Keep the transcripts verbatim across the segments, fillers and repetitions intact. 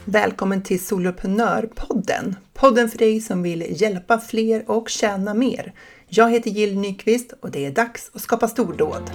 Välkommen till Soloprenörpodden. Podden för dig som vill hjälpa fler och tjäna mer. Jag heter Jill Nyqvist och det är dags att skapa stordåd.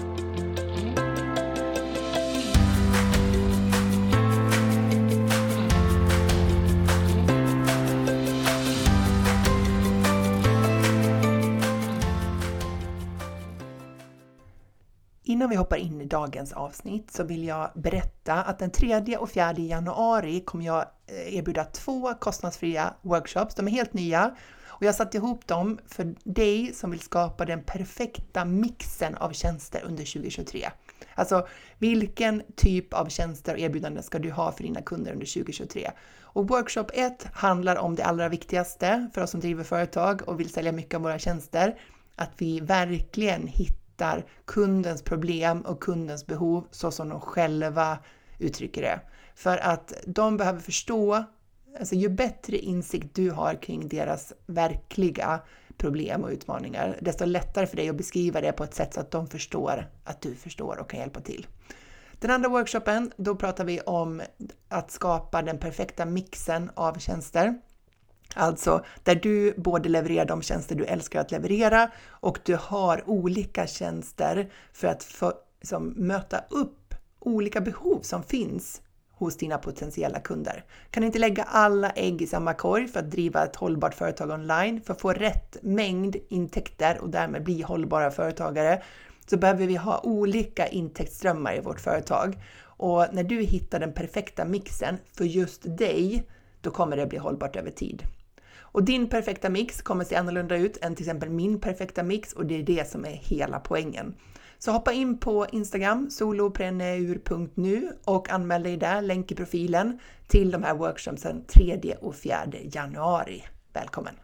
Innan vi hoppar in i dagens avsnitt så vill jag berätta att den tredje och fjärde januari kommer jag erbjuda två kostnadsfria workshops. De är helt nya och jag har satt ihop dem för dig som vill skapa den perfekta mixen av tjänster under tjugo tjugotre. Alltså vilken typ av tjänster och erbjudanden ska du ha för dina kunder under tjugo tjugotre? Och workshop ett handlar om det allra viktigaste för oss som driver företag och vill sälja mycket av våra tjänster. Att vi verkligen hittar kundens problem och kundens behov så som de själva uttrycker det. För att de behöver förstå, alltså ju bättre insikt du har kring deras verkliga problem och utmaningar, desto lättare för dig att beskriva det på ett sätt så att de förstår att du förstår och kan hjälpa till. Den andra workshopen, då pratar vi om att skapa den perfekta mixen av tjänster. Alltså där du både levererar de tjänster du älskar att leverera och du har olika tjänster för att få, liksom, möta upp olika behov som finns hos dina potentiella kunder. Kan inte lägga alla ägg i samma korg för att driva ett hållbart företag online, för att få rätt mängd intäkter och därmed bli hållbara företagare, så behöver vi ha olika intäktsströmmar i vårt företag. Och när du hittar den perfekta mixen för just dig, då kommer det bli hållbart över tid. Och din perfekta mix kommer se annorlunda ut än till exempel min perfekta mix, och det är det som är hela poängen. Så hoppa in på Instagram, solopreneur punkt nu, och anmäl dig där, länk i profilen, till de här workshopsen tredje och fjärde januari. Välkommen!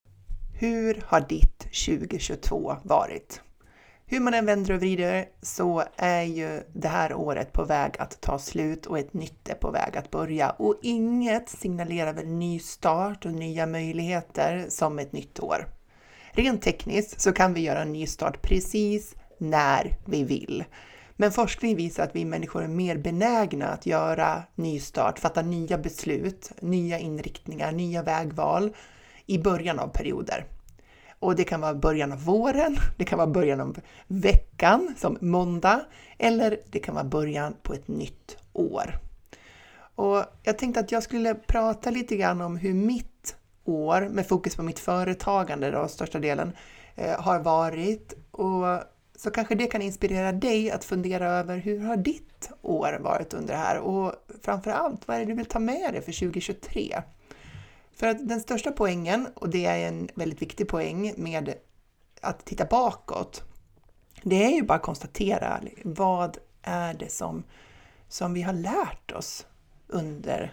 Hur har ditt tjugo tjugotvå varit? Hur man än vänder och vrider så är ju det här året på väg att ta slut och ett nytt är på väg att börja. Och inget signalerar väl ny start och nya möjligheter som ett nytt år. Rent tekniskt så kan vi göra en ny start precis när vi vill. Men forskning visar att vi människor är mer benägna att göra ny start, fatta nya beslut, nya inriktningar, nya vägval i början av perioder. Och det kan vara början av våren, det kan vara början av veckan som måndag, eller det kan vara början på ett nytt år. Och jag tänkte att jag skulle prata lite grann om hur mitt år, med fokus på mitt företagande då, största delen, eh, har varit. Och så kanske det kan inspirera dig att fundera över hur har ditt år varit under det här? Och framförallt, vad är det du vill ta med dig för tjugo tjugotre? För att den största poängen, och det är en väldigt viktig poäng med att titta bakåt, det är ju bara att konstatera vad är det som, som vi har lärt oss under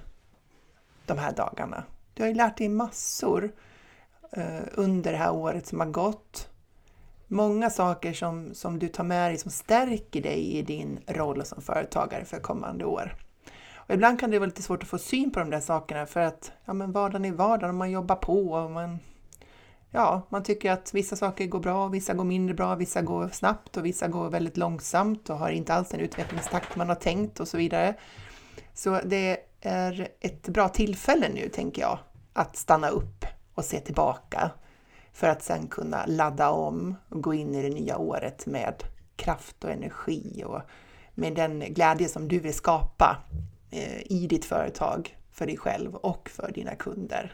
de här dagarna. Du har ju lärt dig massor eh, under det här året som har gått. Många saker som, som du tar med dig som stärker dig i din roll som företagare för kommande år. Och ibland kan det vara lite svårt att få syn på de där sakerna för att ja, men vardagen är vardagen och man jobbar på och man, ja, man tycker att vissa saker går bra, vissa går mindre bra, vissa går snabbt och vissa går väldigt långsamt och har inte alls den utvecklingstakt man har tänkt och så vidare. Så det är ett bra tillfälle nu, tänker jag, att stanna upp och se tillbaka för att sen kunna ladda om och gå in i det nya året med kraft och energi och med den glädje som du vill skapa i ditt företag, för dig själv och för dina kunder.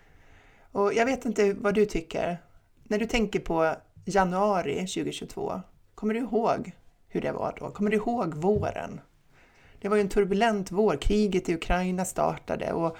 Och jag vet inte vad du tycker. När du tänker på januari tjugo tjugotvå, kommer du ihåg hur det var då? Kommer du ihåg våren? Det var ju en turbulent vår. Kriget i Ukraina startade och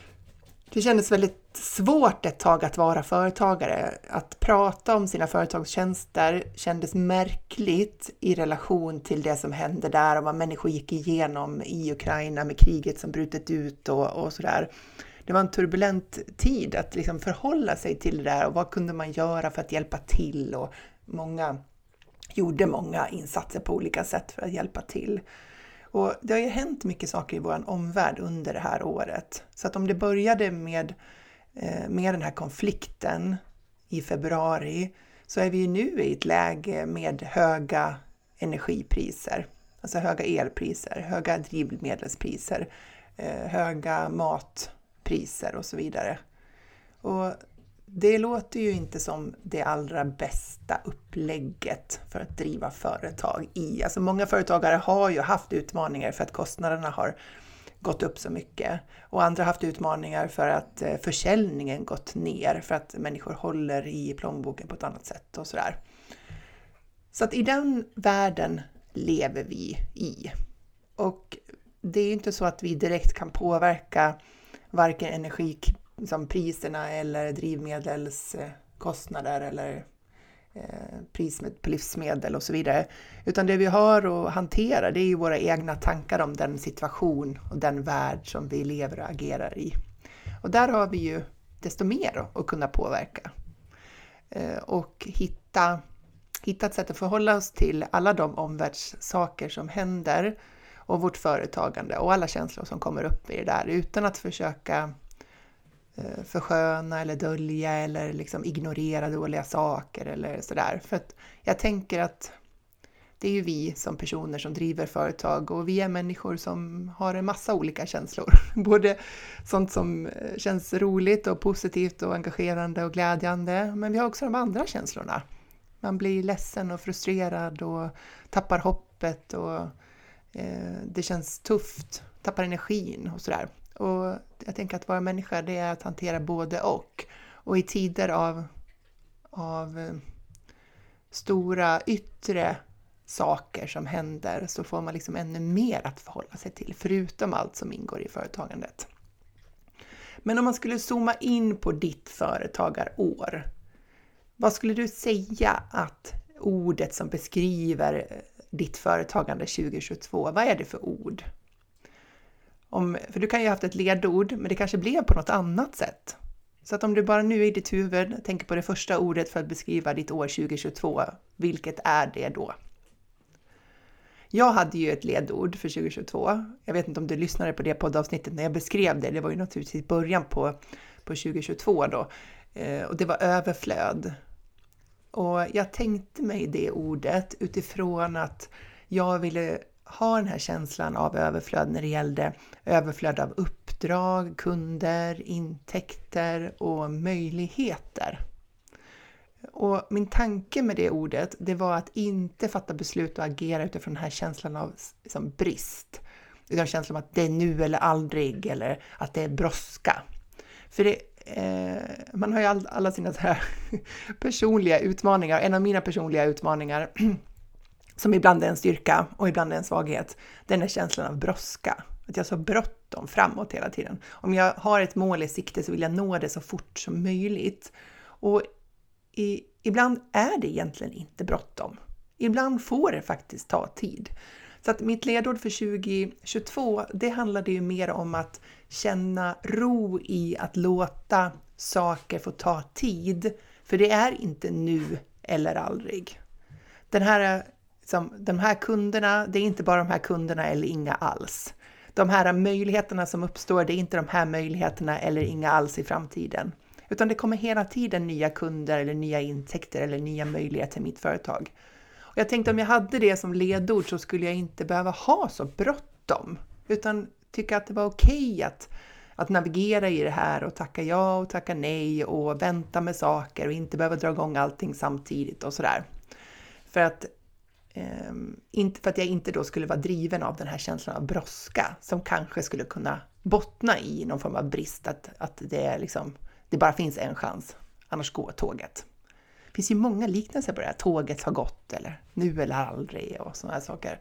det kändes väldigt svårt ett tag att vara företagare. Att prata om sina företagstjänster kändes märkligt i relation till det som hände där och vad människor gick igenom i Ukraina med kriget som brutit ut och, och sådär. Det var en turbulent tid att liksom förhålla sig till det där och vad kunde man göra för att hjälpa till, och många gjorde många insatser på olika sätt för att hjälpa till. Och det har ju hänt mycket saker i vår omvärld under det här året. Så att om det började med, med den här konflikten i februari, så är vi ju nu i ett läge med höga energipriser. Alltså höga elpriser, höga drivmedelspriser, eh, höga matpriser och så vidare. Och det låter ju inte som det allra bästa upplägget för att driva företag i. Alltså många företagare har ju haft utmaningar för att kostnaderna har gått upp så mycket. Och andra har haft utmaningar för att försäljningen gått ner, för att människor håller i plånboken på ett annat sätt och sådär. Så att i den världen lever vi i. Och det är ju inte så att vi direkt kan påverka varken energipriserna eller drivmedelskostnader eller pris på livsmedel och så vidare. Utan det vi har att hantera, det är ju våra egna tankar om den situation och den värld som vi lever och agerar i. Och där har vi ju desto mer att kunna påverka. Och hitta, hitta ett sätt att förhålla oss till alla de omvärldssaker som händer och vårt företagande och alla känslor som kommer upp i det där, utan att försöka försköna eller dölja eller liksom ignorera dåliga saker eller sådär. För att jag tänker att det är ju vi som personer som driver företag, och vi är människor som har en massa olika känslor. Både sånt som känns roligt och positivt och engagerande och glädjande, men vi har också de andra känslorna. Man blir ledsen och frustrerad och tappar hoppet och eh, det känns tufft, tappar energin och sådär. Och jag tänker att vara människa, det är att hantera både och. Och i tider av, av stora yttre saker som händer så får man liksom ännu mer att förhålla sig till, förutom allt som ingår i företagandet. Men om man skulle zooma in på ditt företagarår, vad skulle du säga att ordet som beskriver ditt företagande tjugo tjugotvå, vad är det för ord? Om, för du kan ju ha haft ett ledord, men det kanske blev på något annat sätt. Så att om du bara nu i ditt huvud tänker på det första ordet för att beskriva ditt år tjugo tjugotvå, vilket är det då? Jag hade ju ett ledord för tjugo tjugotvå. Jag vet inte om du lyssnade på det poddavsnittet när jag beskrev det. Det var ju naturligtvis början på, på tjugo tjugotvå då. Eh, och det var överflöd. Och jag tänkte mig det ordet utifrån att jag ville ha den här känslan av överflöd när det gällde överflöd av uppdrag, kunder, intäkter och möjligheter. Och min tanke med det ordet, det var att inte fatta beslut och agera utifrån den här känslan av liksom, brist. Utan känslan av att det är nu eller aldrig, eller att det är brådska. För det, eh, man har ju all, alla sina så här personliga utmaningar. En av mina personliga utmaningar som ibland är en styrka och ibland är en svaghet, den är känslan av brådska. Att jag har så bråttom framåt hela tiden. Om jag har ett mål i sikte så vill jag nå det så fort som möjligt. Och i, ibland är det egentligen inte bråttom. Ibland får det faktiskt ta tid. Så att mitt ledord för tjugo tjugotvå, det handlade ju mer om att känna ro i att låta saker få ta tid. För det är inte nu eller aldrig. Den här, liksom, de här kunderna, det är inte bara de här kunderna eller inga alls. De här möjligheterna som uppstår, det är inte de här möjligheterna eller inga alls i framtiden. Utan det kommer hela tiden nya kunder eller nya intäkter eller nya möjligheter till mitt företag. Och jag tänkte om jag hade det som ledord så skulle jag inte behöva ha så bråttom. Utan tycka att det var okej att, att navigera i det här och tacka ja och tacka nej och vänta med saker och inte behöva dra igång allting samtidigt och sådär. För att, eh, inte, för att jag inte då skulle vara driven av den här känslan av brådska som kanske skulle kunna bottna i någon form av brist, att, att det, är liksom, det bara finns en chans, annars går tåget. Det finns ju många liknelser på det här, tåget har gått eller nu eller aldrig och sådana här saker.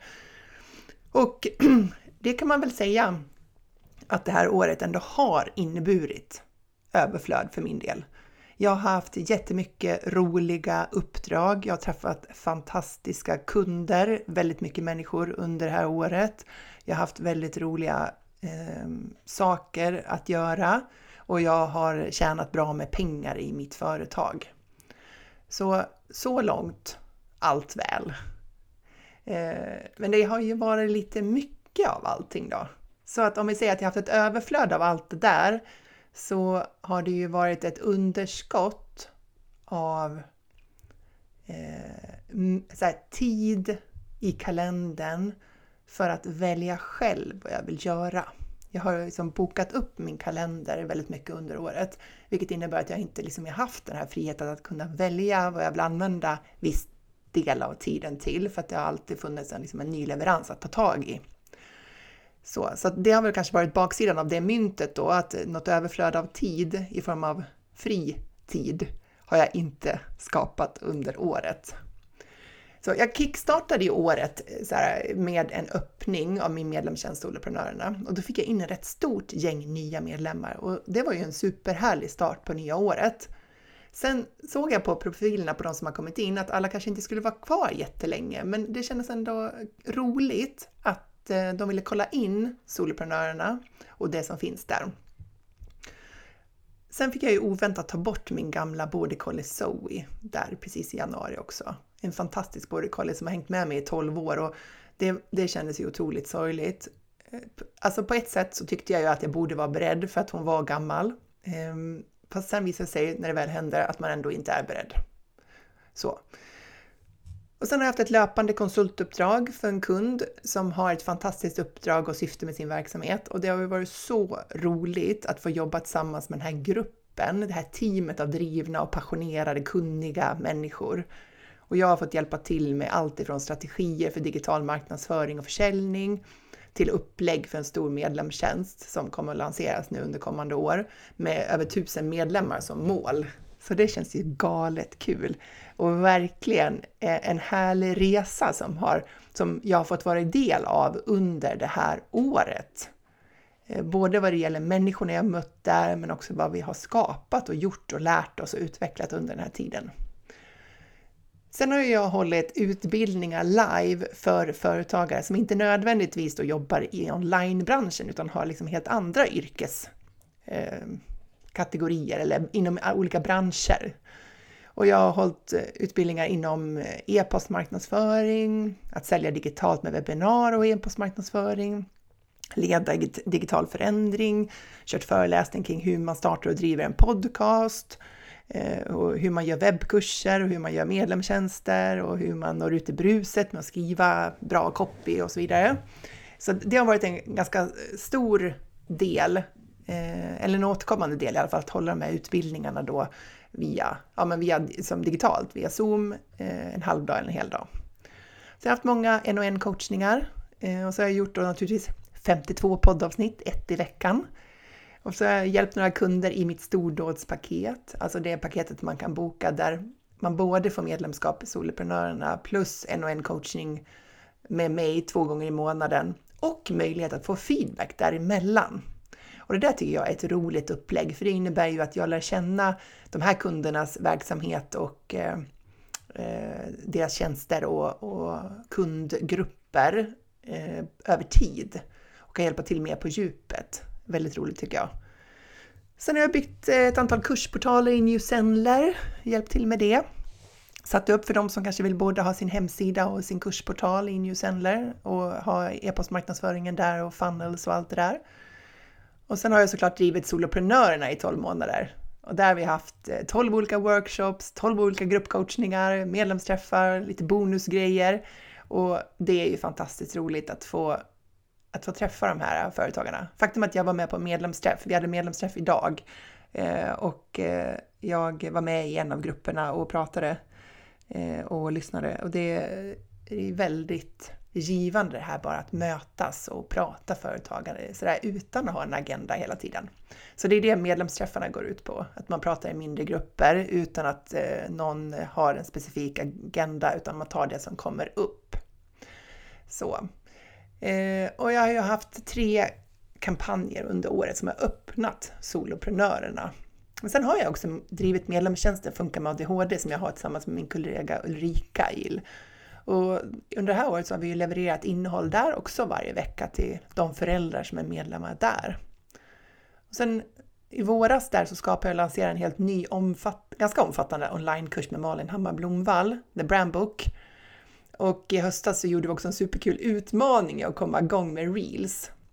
Och det kan man väl säga att det här året ändå har inneburit överflöd för min del. Jag har haft jättemycket roliga uppdrag. Jag har träffat fantastiska kunder, väldigt mycket människor under det här året. Jag har haft väldigt roliga eh, saker att göra och jag har tjänat bra med pengar i mitt företag. Så, så långt allt väl. Eh, men det har ju varit lite mycket av allting då. Så att om vi säger att jag har haft ett överflöd av allt det där, så har det ju varit ett underskott av eh, så här, tid i kalendern för att välja själv vad jag vill göra. Jag har liksom bokat upp min kalender väldigt mycket under året, vilket innebär att jag inte liksom har haft den här friheten att kunna välja vad jag vill använda viss del av tiden till, för att det har alltid funnits en, liksom en ny leverans att ta tag i. Så, så det har väl kanske varit baksidan av det myntet då, att något överflöd av tid i form av fri tid har jag inte skapat under året. Så jag kickstartade i året så här, med en öppning av min medlemstjänst Soloprenörerna, och då fick jag in ett rätt stort gäng nya medlemmar, och det var ju en superhärlig start på nya året. Sen såg jag på profilerna på de som har kommit in att alla kanske inte skulle vara kvar jättelänge, men det kändes ändå roligt att de ville kolla in Soloprenörerna och det som finns där. Sen fick jag ju oväntat ta bort min gamla border collie Zoe där precis i januari också. En fantastisk border collie som har hängt med mig i tolv år, och det, det kändes ju otroligt sorgligt. Alltså på ett sätt så tyckte jag ju att jag borde vara beredd för att hon var gammal. Fast sen visade sig när det väl händer att man ändå inte är beredd. Så. Och sen har jag haft ett löpande konsultuppdrag för en kund som har ett fantastiskt uppdrag och syfte med sin verksamhet. Och det har varit så roligt att få jobba tillsammans med den här gruppen, det här teamet av drivna och passionerade, kunniga människor. Och jag har fått hjälpa till med allt ifrån strategier för digital marknadsföring och försäljning till upplägg för en stor medlemstjänst som kommer att lanseras nu under kommande år med över tusen medlemmar som mål. Så det känns ju galet kul och verkligen en härlig resa som, har, som jag har fått vara del av under det här året. Både vad det gäller människorna jag mött där, men också vad vi har skapat och gjort och lärt oss och utvecklat under den här tiden. Sen har jag hållit utbildningar live för företagare som inte nödvändigtvis då jobbar i onlinebranschen utan har liksom helt andra yrkeskategorier eh, eller inom olika branscher. Och jag har hållit utbildningar inom e-postmarknadsföring, att sälja digitalt med webbinar och e-postmarknadsföring, leda digital förändring, kört föreläsning kring hur man startar och driver en podcast, och hur man gör webbkurser och hur man gör medlemstjänster och hur man når ut i bruset med att skriva bra copy och så vidare. Så det har varit en ganska stor del, eller en återkommande del i alla fall, att hålla de här utbildningarna då via, ja men via som digitalt, via Zoom en halv dag eller en hel dag. Så jag har haft många en och en coachningar, och så har jag gjort då naturligtvis femtiotvå poddavsnitt, ett i veckan. Och så har jag hjälpt några kunder i mitt stordådspaket. Alltså det paketet man kan boka där man både får medlemskap i Soloprenörerna plus en och en coachning med mig två gånger i månaden. Och möjlighet att få feedback däremellan. Och det där tycker jag är ett roligt upplägg. För det innebär ju att jag lär känna de här kundernas verksamhet och eh, deras tjänster och, och kundgrupper eh, över tid. Och kan hjälpa till mer på djupet. Väldigt roligt tycker jag. Sen har jag byggt ett antal kursportaler i Newsendler. Hjälpt till med det. Satt upp för de som kanske vill både ha sin hemsida och sin kursportal i Newsendler. Och ha e-postmarknadsföringen där och funnels och allt det där. Och sen har jag såklart drivit Soloprenörerna i tolv månader. Och där har vi haft tolv olika workshops, tolv olika gruppcoachningar, medlemsträffar, lite bonusgrejer. Och det är ju fantastiskt roligt att få att få träffa de här företagarna. Faktum att jag var med på medlemsträff, vi hade medlemsträff idag eh, och eh, jag var med i en av grupperna och pratade eh, och lyssnade, och det är väldigt givande det här bara att mötas och prata företagare så där, utan att ha en agenda hela tiden. Så det är det medlemsträffarna går ut på, att man pratar i mindre grupper utan att eh, någon har en specifik agenda, utan man tar det som kommer upp. Så. Eh, och jag har ju haft tre kampanjer under året som har öppnat Soloprenörerna. Men sen har jag också drivit medlemstjänsten Funka med A D H D som jag har tillsammans med min kollega Ulrika Il. Och under det här året så har vi ju levererat innehåll där också varje vecka till de föräldrar som är medlemmar där. Och sen i våras där så skapade jag och lanserade en helt ny, omfatt, ganska omfattande onlinekurs med Malin Hammar Blomvall, The Brand Book. Och i höstas så gjorde vi också en superkul utmaning att komma igång med Reels.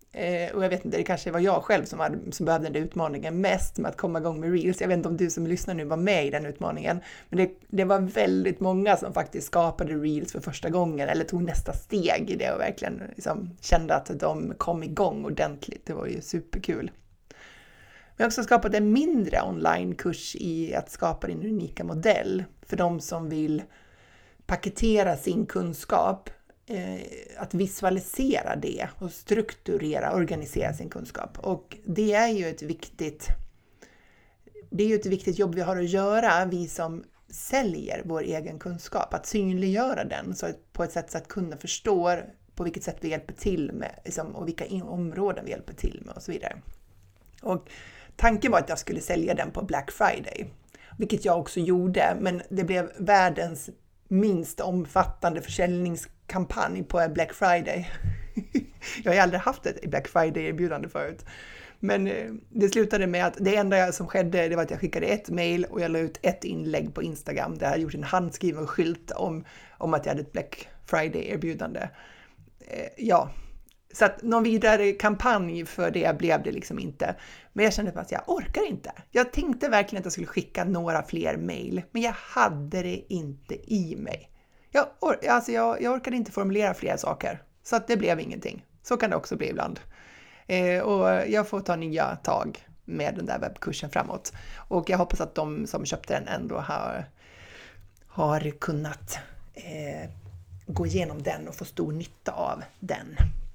Eh, och jag vet inte, det kanske var jag själv som, hade, som behövde den utmaningen mest med att komma igång med Reels. Jag vet inte om du som lyssnar nu var med i den utmaningen. Men det, det var väldigt många som faktiskt skapade Reels för första gången eller tog nästa steg i det och verkligen liksom kände att de kom igång ordentligt. Det var ju superkul. Vi har också skapat en mindre onlinekurs i att skapa din unika modell för de som vill paketera sin kunskap, eh, att visualisera det och strukturera, organisera sin kunskap. Och det är ju ett viktigt, det är ju ett viktigt jobb vi har att göra, vi som säljer vår egen kunskap, att synliggöra den så att, på ett sätt så att kunden förstår på vilket sätt vi hjälper till med liksom, och vilka områden vi hjälper till med och så vidare. Och tanken var att jag skulle sälja den på Black Friday, vilket jag också gjorde, men det blev världens minst omfattande försäljningskampanj på Black Friday. Jag har aldrig haft ett Black Friday-erbjudande förut. Men det slutade med att det enda som skedde det var att jag skickade ett mejl och jag la ut ett inlägg på Instagram där jag hade gjort en handskriven skylt om, om att jag hade ett Black Friday-erbjudande. Ja, så att någon vidare kampanj för det blev det liksom inte. Men jag kände att jag orkar inte. Jag tänkte verkligen att jag skulle skicka några fler mejl, men jag hade det inte i mig. Jag, or- alltså jag, jag orkade inte formulera fler saker, så att det blev ingenting. Så kan det också bli ibland. Eh, och jag får ta nya tag med den där webbkursen framåt. Och jag hoppas att de som köpte den ändå har, har kunnat eh, gå igenom den och få stor nytta av den.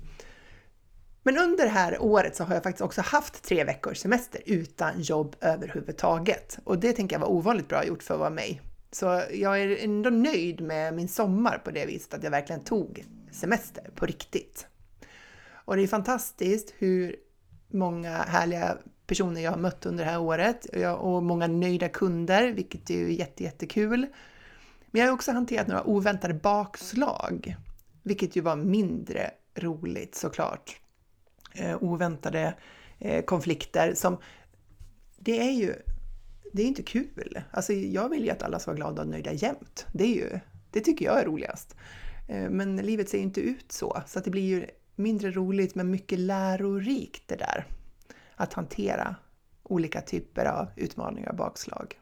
Men under det här året så har jag faktiskt också haft tre veckors semester utan jobb överhuvudtaget. Och det tänker jag var ovanligt bra gjort för att vara mig. Så jag är ändå nöjd med min sommar på det viset att jag verkligen tog semester på riktigt. Och det är fantastiskt hur många härliga personer jag har mött under det här året. Och många nöjda kunder, vilket är ju jätte, jättekul. Men jag har också hanterat några oväntade bakslag, vilket ju var mindre roligt såklart. Eh, oväntade eh, konflikter som det är ju det är inte kul. Alltså jag vill ju att alla ska vara glada och nöjda jämt. Det är ju det tycker jag är roligast. Eh, men livet ser inte ut så så att det blir ju mindre roligt men mycket lärorikt det där att hantera olika typer av utmaningar och bakslag.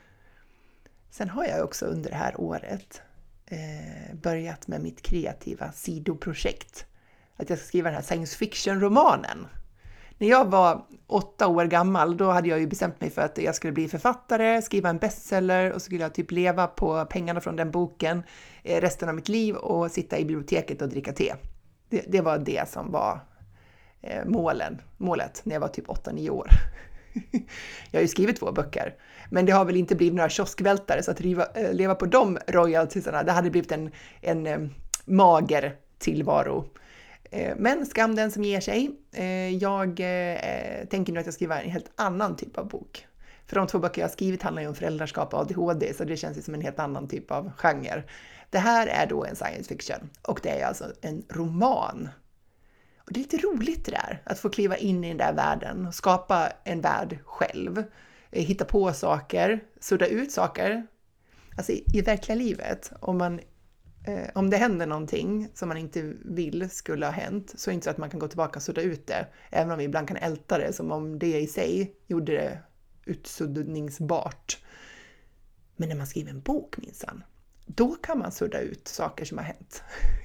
Sen har jag också under det här året eh, börjat med mitt kreativa sidoprojekt. Att jag ska skriva den här science fiction-romanen. När jag var åtta år gammal, då hade jag ju bestämt mig för att jag skulle bli författare, skriva en bestseller och så skulle jag typ leva på pengarna från den boken resten av mitt liv och sitta i biblioteket och dricka te. Det, det var det som var eh, målen, målet när jag var typ åtta nio år. Jag har ju skrivit två böcker, men det har väl inte blivit några kioskvältare så att riva, äh, leva på de royaltiesarna, det hade blivit en, en äh, mager tillvaro. Äh, men skam den som ger sig. Äh, jag äh, tänker nu att jag skriver en helt annan typ av bok. För de två böcker jag har skrivit handlar ju om föräldraskap och A D H D, så det känns ju som en helt annan typ av genre. Det här är då en science fiction och det är alltså en roman. Och det är lite roligt det där, att få kliva in i den där världen och skapa en värld själv. Hitta på saker, sudda ut saker. Alltså i, i verkliga livet, om, man, eh, om det händer någonting som man inte vill skulle ha hänt, så är det inte så att man kan gå tillbaka och sudda ut det. Även om vi ibland kan älta det, som om det i sig gjorde det utsuddningsbart. Men när man skriver en bok minsann, då kan man sudda ut saker som har hänt.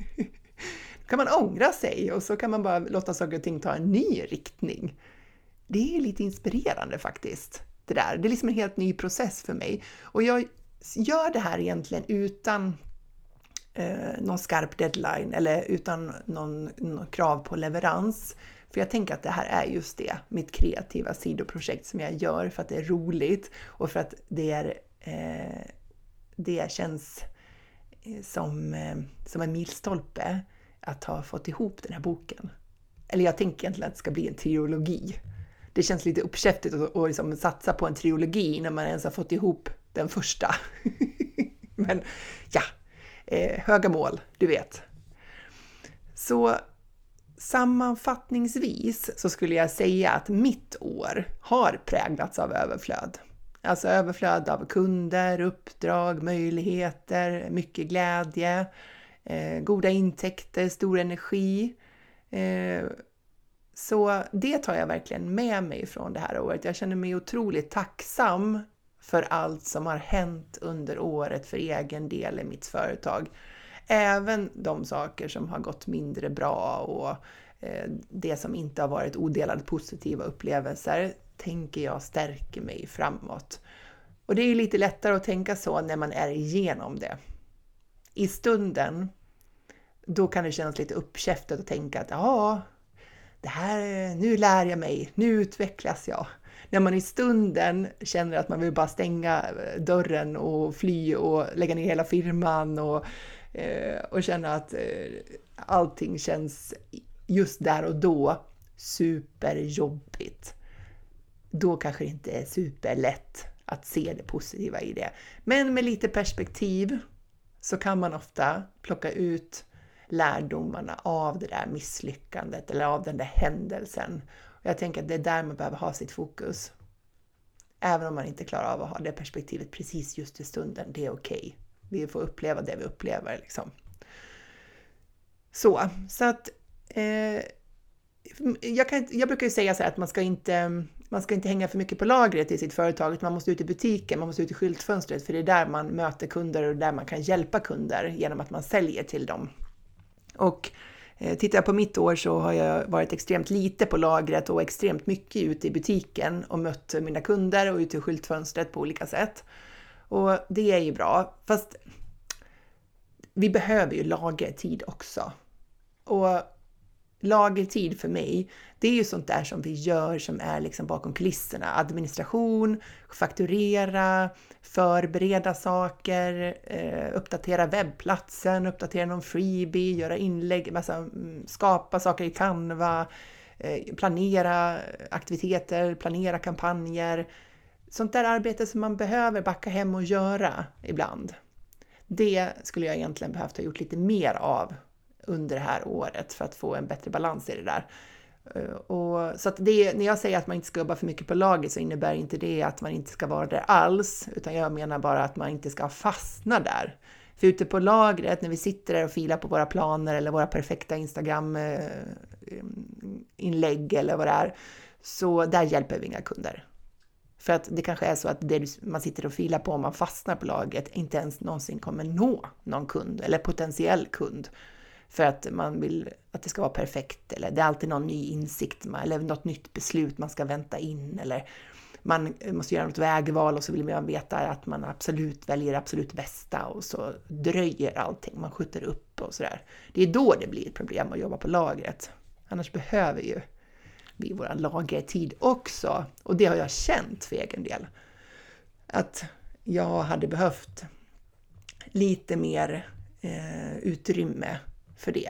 Kan man ångra sig och så kan man bara låta saker och ting ta en ny riktning. Det är lite inspirerande faktiskt. Det där. Det är liksom en helt ny process för mig. Och jag gör det här egentligen utan eh, någon skarp deadline eller utan någon, någon krav på leverans. För jag tänker att det här är just det, mitt kreativa sidoprojekt som jag gör för att det är roligt och för att det, är, eh, det känns som, eh, som en milstolpe att ha fått ihop den här boken. Eller jag tänker egentligen att det ska bli en trilogi. Det känns lite uppkäftigt att, att liksom satsa på en trilogi när man ens har fått ihop den första. Men ja, eh, höga mål, du vet. Så sammanfattningsvis så skulle jag säga att mitt år har präglats av överflöd. Alltså överflöd av kunder, uppdrag, möjligheter, mycket glädje, eh, goda intäkter, stor energi. Eh, Så det tar jag verkligen med mig från det här året. Jag känner mig otroligt tacksam för allt som har hänt under året för egen del i mitt företag. Även de saker som har gått mindre bra och eh, det som inte har varit odelat positiva upplevelser tänker jag stärker mig framåt. Och det är lite lättare att tänka så när man är igenom det. I stunden, då kan det kännas lite uppkäftigt att tänka att ja, det här, nu lär jag mig, nu utvecklas jag. När man i stunden känner att man vill bara stänga dörren och fly och lägga ner hela firman och, och känna att allting känns just där och då superjobbigt. Då kanske det inte är superlätt att se det positiva i det. Men med lite perspektiv så kan man ofta plocka ut lärdomarna av det där misslyckandet eller av den där händelsen. Och jag tänker att det är där man behöver ha sitt fokus. Även om man inte klarar av att ha det perspektivet precis just i stunden, det är okej. Vi får uppleva det vi upplever liksom. Så, så att eh, jag, kan, jag brukar ju säga så här att man ska inte man ska inte hänga för mycket på lagret i sitt företag. Man måste ut i butiken, man måste ut i skyltfönstret, för det är där man möter kunder och där man kan hjälpa kunder genom att man säljer till dem. Och eh, tittar jag på mitt år så har jag varit extremt lite på lagret och extremt mycket ute i butiken och mött mina kunder och ute i skyltfönstret på olika sätt. Och det är ju bra, fast vi behöver ju lagertid också. Och lagertid för mig, det är ju sånt där som vi gör som är liksom bakom kulisserna. Administration, fakturera, förbereda saker, eh, uppdatera webbplatsen, uppdatera någon freebie, göra inlägg, alltså, skapa saker i Canva, eh, planera aktiviteter, planera kampanjer. Sånt där arbete som man behöver backa hem och göra ibland. Det skulle jag egentligen behövt ha gjort lite mer av under det här året för att få en bättre balans i det där. Och, så att det, när jag säger att man inte ska jobba för mycket på lager så innebär inte det att man inte ska vara där alls, utan jag menar bara att man inte ska fastna där. För ute på lagret, när vi sitter där och filar på våra planer eller våra perfekta Instagram-inlägg eller vad det är, så där hjälper vi inga kunder. För att det kanske är så att det man sitter och filar på om man fastnar på lagret inte ens någonsin kommer nå någon kund eller potentiell kund. För att man vill att det ska vara perfekt, eller det är alltid någon ny insikt eller något nytt beslut man ska vänta in, eller man måste göra något vägval och så vill man veta att man absolut väljer det absolut bästa och så dröjer allting, man skjuter upp och sådär. Det är då det blir ett problem att jobba på lagret. Annars behöver ju vi vår lagertid också, och det har jag känt för egen del. Att jag hade behövt lite mer eh, utrymme för det.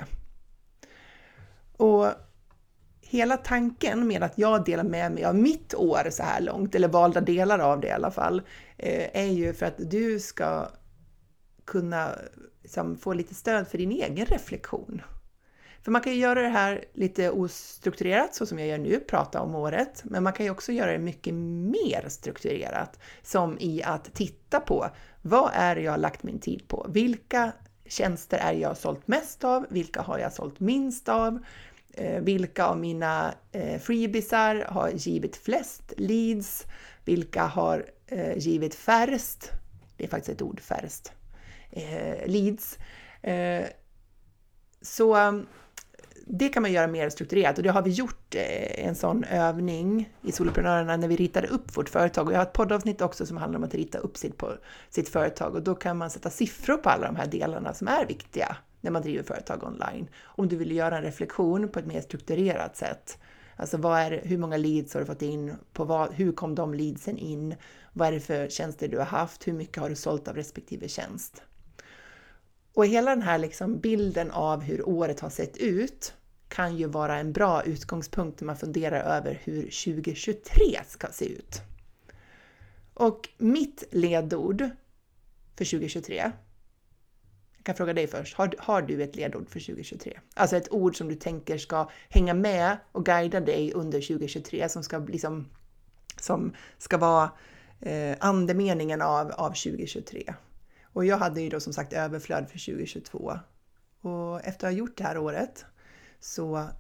Och hela tanken med att jag delar med mig av mitt år så här långt, eller valda delar av det i alla fall, är ju för att du ska kunna liksom få lite stöd för din egen reflektion. För man kan ju göra det här lite ostrukturerat, så som jag gör nu, prata om året, men man kan ju också göra det mycket mer strukturerat, som i att titta på vad är det jag har lagt min tid på, vilka tjänster är jag sålt mest av, vilka har jag sålt minst av, eh, vilka av mina eh, freebisar har givit flest leads, vilka har eh, givit färst, det är faktiskt ett ord, färst, eh, leads. Eh, så det kan man göra mer strukturerat, och det har vi gjort eh, en sån övning i Soloprenörerna när vi ritade upp vårt företag, och jag har ett poddavsnitt också som handlar om att rita upp sitt, på, sitt företag, och då kan man sätta siffror på alla de här delarna som är viktiga när man driver företag online. Om du vill göra en reflektion på ett mer strukturerat sätt, alltså vad är det, hur många leads har du fått in, på vad, hur kom de leadsen in, vad är det för tjänster du har haft, hur mycket har du sålt av respektive tjänst. Och hela den här liksom bilden av hur året har sett ut kan ju vara en bra utgångspunkt när man funderar över hur tjugo tjugotre ska se ut. Och mitt ledord för tjugo tjugotre, jag kan fråga dig först, har, har du ett ledord för tjugo tjugotre? Alltså ett ord som du tänker ska hänga med och guida dig under tjugo tjugotre, som ska, liksom, som ska vara eh, andemeningen av, av tjugo tjugotre. Och jag hade ju då som sagt överflöd för tjugo tjugotvå. Och efter att ha gjort det här året så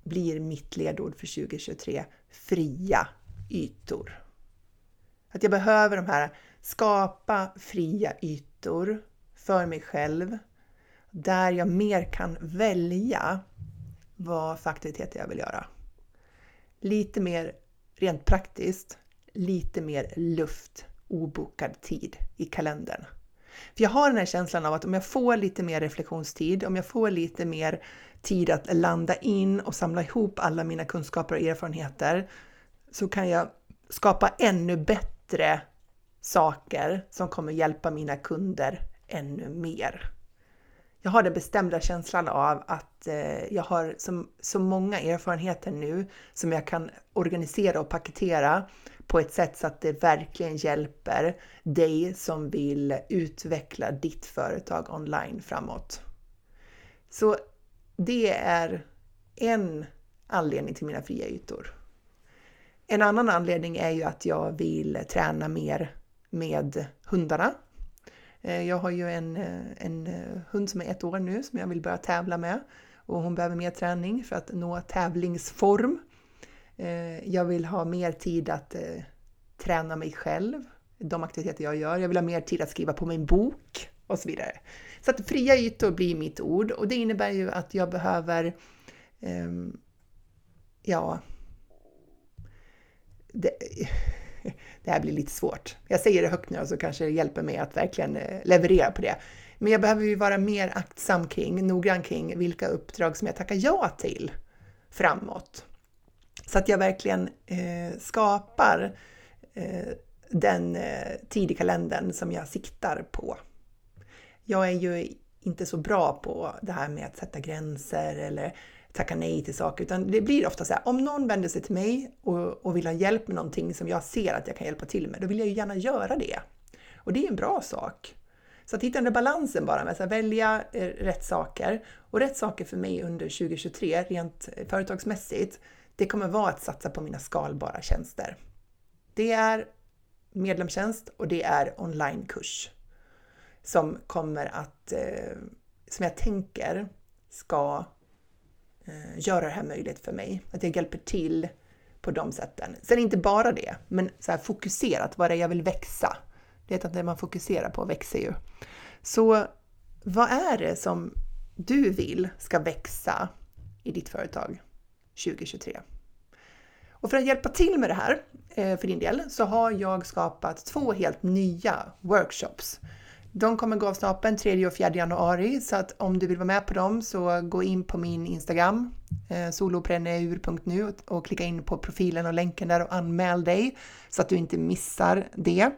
blir mitt ledord för tjugo tjugotre fria ytor. Att jag behöver de här, skapa fria ytor för mig själv, där jag mer kan välja vad för aktiviteter jag vill göra. Lite mer rent praktiskt, lite mer luft, obokad tid i kalendern. För jag har den här känslan av att om jag får lite mer reflektionstid, om jag får lite mer tid att landa in och samla ihop alla mina kunskaper och erfarenheter, så kan jag skapa ännu bättre saker som kommer hjälpa mina kunder ännu mer. Jag har den bestämda känslan av att eh, jag har så, så många erfarenheter nu som jag kan organisera och paketera på ett sätt så att det verkligen hjälper dig som vill utveckla ditt företag online framåt. Så det är en anledning till mina fria ytor. En annan anledning är ju att jag vill träna mer med hundarna. Jag har ju en, en hund som är ett år nu som jag vill börja tävla med. Och hon behöver mer träning för att nå tävlingsform. Jag vill ha mer tid att träna mig själv, de aktiviteter jag gör. Jag vill ha mer tid att skriva på min bok och så vidare. Så att fria ytor blir mitt ord. Och det innebär ju att jag behöver, um, ja, det, det här blir lite svårt. Jag säger det högt nu så kanske det hjälper mig att verkligen leverera på det. Men jag behöver ju vara mer aktsam kring, noggrann kring vilka uppdrag som jag tackar ja till framåt. Så att jag verkligen eh, skapar eh, den eh, tid i kalendern som jag siktar på. Jag är ju inte så bra på det här med att sätta gränser eller tacka nej till saker, utan det blir ofta så här, om någon vänder sig till mig och, och vill ha hjälp med någonting som jag ser att jag kan hjälpa till med, då vill jag ju gärna göra det. Och det är en bra sak. Så att hitta den där balansen bara med att välja eh, rätt saker. Och rätt saker för mig under tjugo tjugotre, rent företagsmässigt, det kommer vara att satsa på mina skalbara tjänster. Det är medlemstjänst och det är onlinekurs som kommer att, eh, som jag tänker ska eh, göra det här möjligt för mig. Att jag hjälper till på de sätten. Sen inte bara det, men så här fokuserat, vad det är jag vill växa. Det är att det man fokuserar på växer ju. Så vad är det som du vill ska växa i ditt företag tjugo tjugotre? Och för att hjälpa till med det här för din del så har jag skapat två helt nya workshops. De kommer gå av stapeln tredje och fjärde januari, så att om du vill vara med på dem så gå in på min Instagram solopreneur punkt nu och klicka in på profilen och länken där och anmäl dig så att du inte missar det.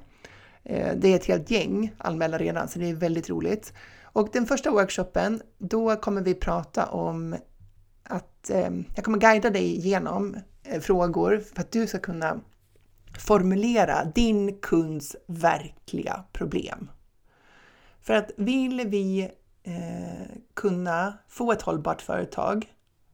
Det är ett helt gäng anmälda redan, så det är väldigt roligt. Och den första workshopen, då kommer vi prata om att eh, jag kommer guida dig igenom eh, frågor för att du ska kunna formulera din kunds verkliga problem. För att vill vi eh, kunna få ett hållbart företag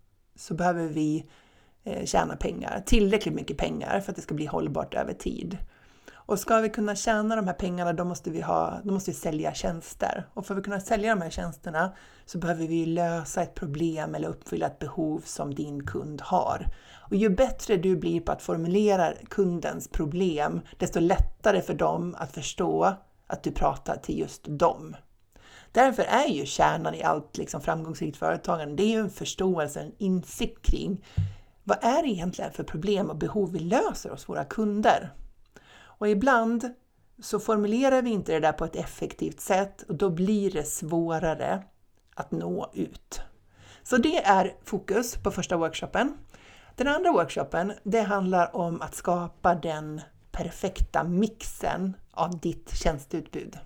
så behöver vi eh, tjäna pengar, tillräckligt mycket pengar för att det ska bli hållbart över tid. Och ska vi kunna tjäna de här pengarna, då måste vi, ha, då måste vi sälja tjänster. Och för att kunna sälja de här tjänsterna så behöver vi lösa ett problem eller uppfylla ett behov som din kund har. Och ju bättre du blir på att formulera kundens problem, desto lättare för dem att förstå att du pratar till just dem. Därför är ju kärnan i allt liksom framgångsrikt företagande, det är ju en förståelse, en insikt kring vad är det egentligen för problem och behov vi löser hos våra kunder. Och ibland så formulerar vi inte det där på ett effektivt sätt och då blir det svårare att nå ut. Så det är fokus på första workshopen. Den andra workshopen, det handlar om att skapa den perfekta mixen av ditt tjänsteutbud.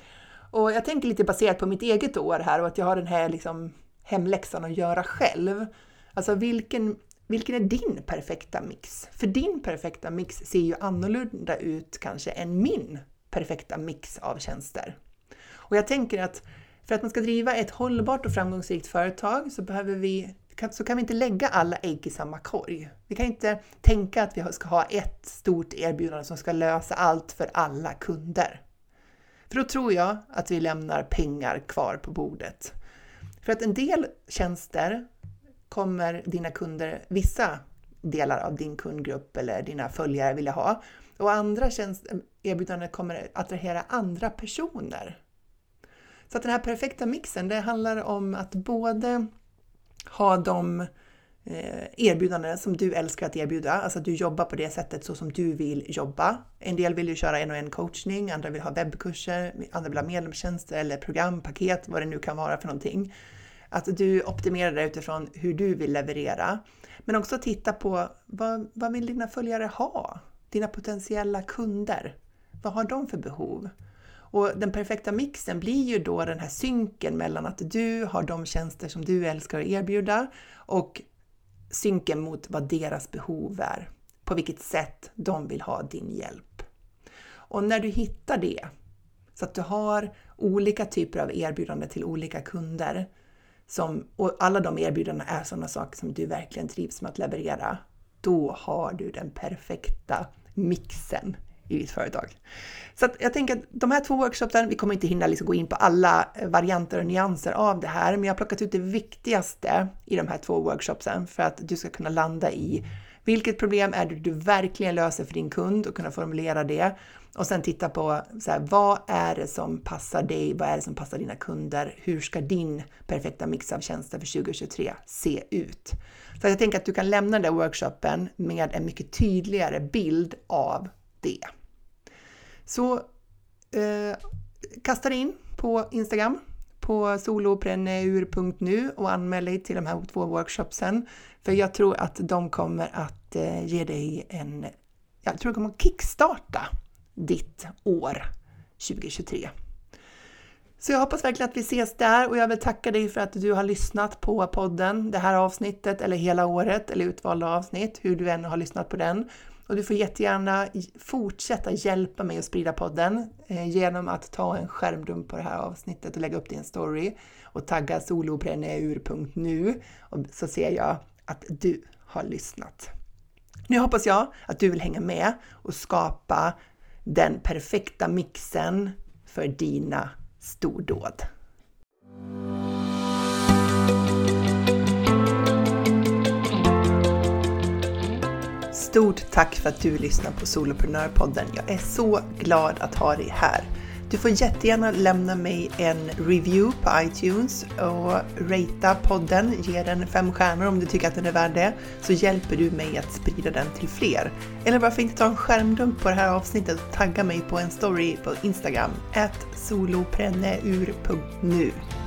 Och jag tänker lite baserat på mitt eget år här och att jag har den här liksom hemläxan att göra själv. Alltså vilken Vilken är din perfekta mix? För din perfekta mix ser ju annorlunda ut kanske än min perfekta mix av tjänster. Och jag tänker att för att man ska driva ett hållbart och framgångsrikt företag så behöver vi, så kan vi inte lägga alla ägg i samma korg. Vi kan inte tänka att vi ska ha ett stort erbjudande som ska lösa allt för alla kunder. För då tror jag att vi lämnar pengar kvar på bordet. För att en del tjänster kommer dina kunder, vissa delar av din kundgrupp eller dina följare vilja ha. Och andra tjänst, erbjudanden kommer attrahera andra personer. Så att den här perfekta mixen, det handlar om att både ha de erbjudanden som du älskar att erbjuda, alltså att du jobbar på det sättet så som du vill jobba. En del vill ju köra en och en coachning, andra vill ha webbkurser, andra vill ha medlemstjänster eller programpaket, vad det nu kan vara för någonting. Att du optimerar det utifrån hur du vill leverera. Men också titta på vad, vad vill dina följare ha? Dina potentiella kunder. Vad har de för behov? Och den perfekta mixen blir ju då den här synken mellan att du har de tjänster som du älskar att erbjuda och synken mot vad deras behov är. På vilket sätt de vill ha din hjälp. Och när du hittar det, så att du har olika typer av erbjudanden till olika kunder, som, och alla de erbjudandena är sådana saker som du verkligen trivs med att leverera, då har du den perfekta mixen i ditt företag. Så att jag tänker att de här två workshopsen, vi kommer inte hinna liksom gå in på alla varianter och nyanser av det här, men jag har plockat ut det viktigaste i de här två workshopsen för att du ska kunna landa i vilket problem är det du verkligen löser för din kund och kunna formulera det. Och sen titta på så här, vad är det som passar dig, vad är det som passar dina kunder, hur ska din perfekta mix av tjänster för tjugo tjugotre se ut. Så jag tänker att du kan lämna den där workshopen med en mycket tydligare bild av det. Så eh, kasta dig in på Instagram på solopreneur punkt nu och anmäl dig till de här två workshopsen. För jag tror att de kommer att eh, ge dig en, jag tror de kommer att kickstarta ditt år tjugo tjugotre. Så jag hoppas verkligen att vi ses där och jag vill tacka dig för att du har lyssnat på podden, det här avsnittet eller hela året eller utvalda avsnitt, hur du än har lyssnat på den. Och du får jättegärna fortsätta hjälpa mig att sprida podden eh, genom att ta en skärmdump på det här avsnittet och lägga upp din story och tagga solopreneur punkt nu och så ser jag att du har lyssnat. Nu hoppas jag att du vill hänga med och skapa den perfekta mixen för dina stordåd. Stort tack för att du lyssnar på Soloprenörpodden. Jag är så glad att ha dig här. Du får jättegärna lämna mig en review på iTunes och ratea podden. Ge den fem stjärnor om du tycker att den är värd det. Så hjälper du mig att sprida den till fler. Eller varför inte ta en skärmdump på det här avsnittet och tagga mig på en story på Instagram. at solopreneur punkt nu